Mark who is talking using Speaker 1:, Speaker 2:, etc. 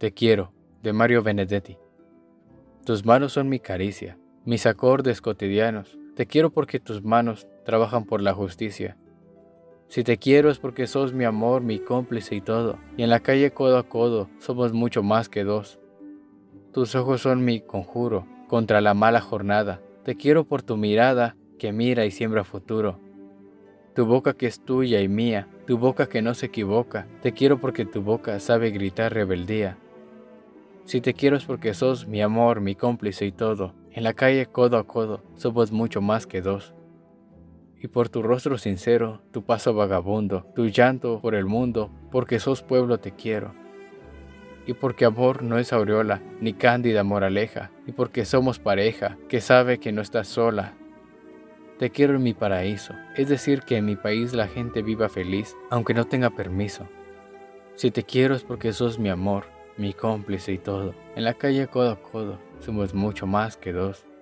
Speaker 1: Te quiero, de Mario Benedetti. Tus manos son mi caricia, mis acordes cotidianos. Te quiero porque tus manos trabajan por la justicia. Si te quiero es porque sos mi amor, mi cómplice y todo. Y en la calle codo a codo somos mucho más que dos. Tus ojos son mi conjuro contra la mala jornada. Te quiero por tu mirada que mira y siembra futuro. Tu boca que es tuya y mía, tu boca que no se equivoca. Te quiero porque tu boca sabe gritar rebeldía. Si te quiero es porque sos mi amor, mi cómplice y todo. En la calle codo a codo somos mucho más que dos. Y por tu rostro sincero, tu paso vagabundo, tu llanto por el mundo, porque sos pueblo te quiero. Y porque amor no es aureola, ni cándida moraleja, y porque somos pareja, que sabe que no estás sola. Te quiero en mi paraíso, es decir que en mi país la gente viva feliz, aunque no tenga permiso. Si te quiero es porque sos mi amor, mi cómplice y todo. En la calle codo a codo somos mucho más que dos.